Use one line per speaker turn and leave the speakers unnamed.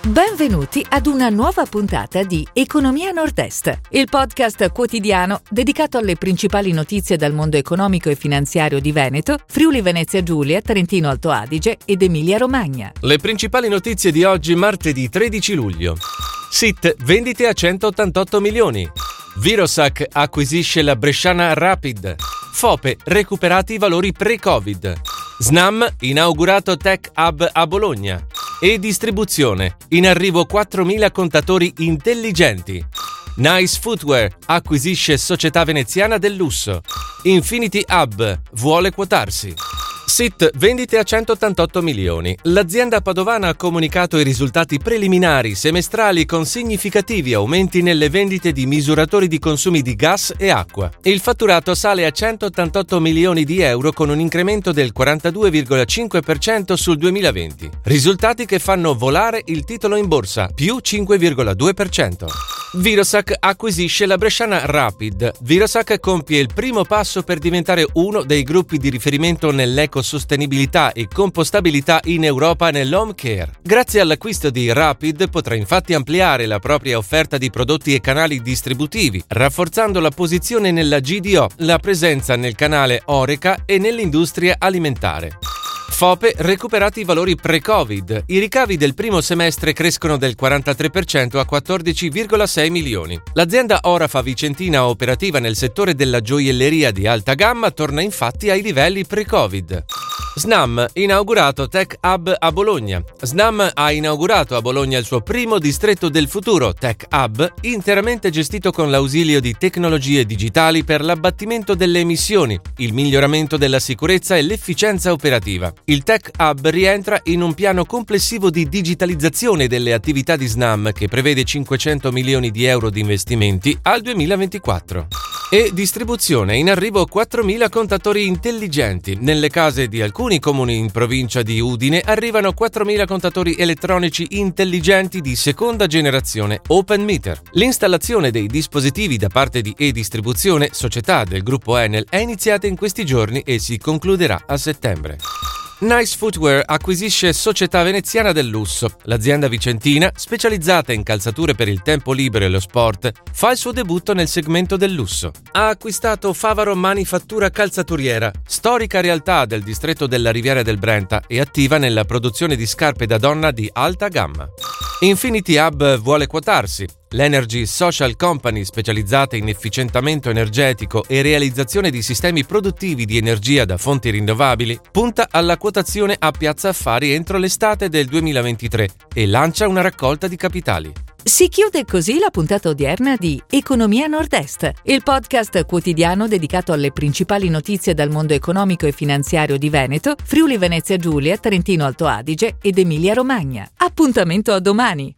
Benvenuti ad una nuova puntata di Economia Nord-Est, il podcast quotidiano dedicato alle principali notizie dal mondo economico e finanziario di Veneto, Friuli Venezia Giulia, Trentino Alto Adige ed Emilia Romagna.
Le principali notizie di oggi, martedì 13 luglio. SIT, vendite a 188 milioni. Virosac acquisisce la bresciana Rapid. Fope, recuperati i valori pre-Covid. Snam, inaugurato Tech Hub a Bologna. E distribuzione, in arrivo 4.000 contatori intelligenti. Nice Footwear acquisisce società veneziana del lusso. Infinity Hub vuole quotarsi. SIT, vendite a 188 milioni. L'azienda padovana ha comunicato i risultati preliminari semestrali con significativi aumenti nelle vendite di misuratori di consumi di gas e acqua. Il fatturato sale a 188 milioni di euro con un incremento del 42,5% sul 2020. Risultati che fanno volare il titolo in borsa, più 5,2%. Virosac acquisisce la bresciana Rapid. Virosac compie il primo passo per diventare uno dei gruppi di riferimento nell'ecosostenibilità e compostabilità in Europa nell'home care. Grazie all'acquisto di Rapid potrà infatti ampliare la propria offerta di prodotti e canali distributivi, rafforzando la posizione nella GDO, la presenza nel canale Horeca e nell'industria alimentare. Fope, recuperati i valori pre-Covid. I ricavi del primo semestre crescono del 43% a 14,6 milioni. L'azienda Orafa Vicentina, operativa nel settore della gioielleria di alta gamma, torna infatti ai livelli pre-Covid. Snam, inaugurato Tech Hub a Bologna. Snam ha inaugurato a Bologna il suo primo distretto del futuro, Tech Hub, interamente gestito con l'ausilio di tecnologie digitali per l'abbattimento delle emissioni, il miglioramento della sicurezza e l'efficienza operativa. Il Tech Hub rientra in un piano complessivo di digitalizzazione delle attività di Snam che prevede 500 milioni di euro di investimenti al 2024. E distribuzione, in arrivo 4.000 contatori intelligenti. Nelle case di alcuni comuni in provincia di Udine arrivano 4.000 contatori elettronici intelligenti di seconda generazione Open Meter. L'installazione dei dispositivi da parte di E-Distribuzione, società del gruppo Enel, è iniziata in questi giorni e si concluderà a settembre. Nice Footwear acquisisce società veneziana del lusso. L'azienda vicentina, specializzata in calzature per il tempo libero e lo sport, fa il suo debutto nel segmento del lusso. Ha acquistato Favaro Manifattura Calzaturiera, storica realtà del distretto della Riviera del Brenta e attiva nella produzione di scarpe da donna di alta gamma. Infinity Hub vuole quotarsi. L'Energy Social Company, specializzata in efficientamento energetico e realizzazione di sistemi produttivi di energia da fonti rinnovabili, punta alla quotazione a Piazza Affari entro l'estate del 2023 e lancia una raccolta di capitali.
Si chiude così la puntata odierna di Economia Nord-Est, il podcast quotidiano dedicato alle principali notizie dal mondo economico e finanziario di Veneto, Friuli Venezia Giulia, Trentino Alto Adige ed Emilia Romagna. Appuntamento a domani!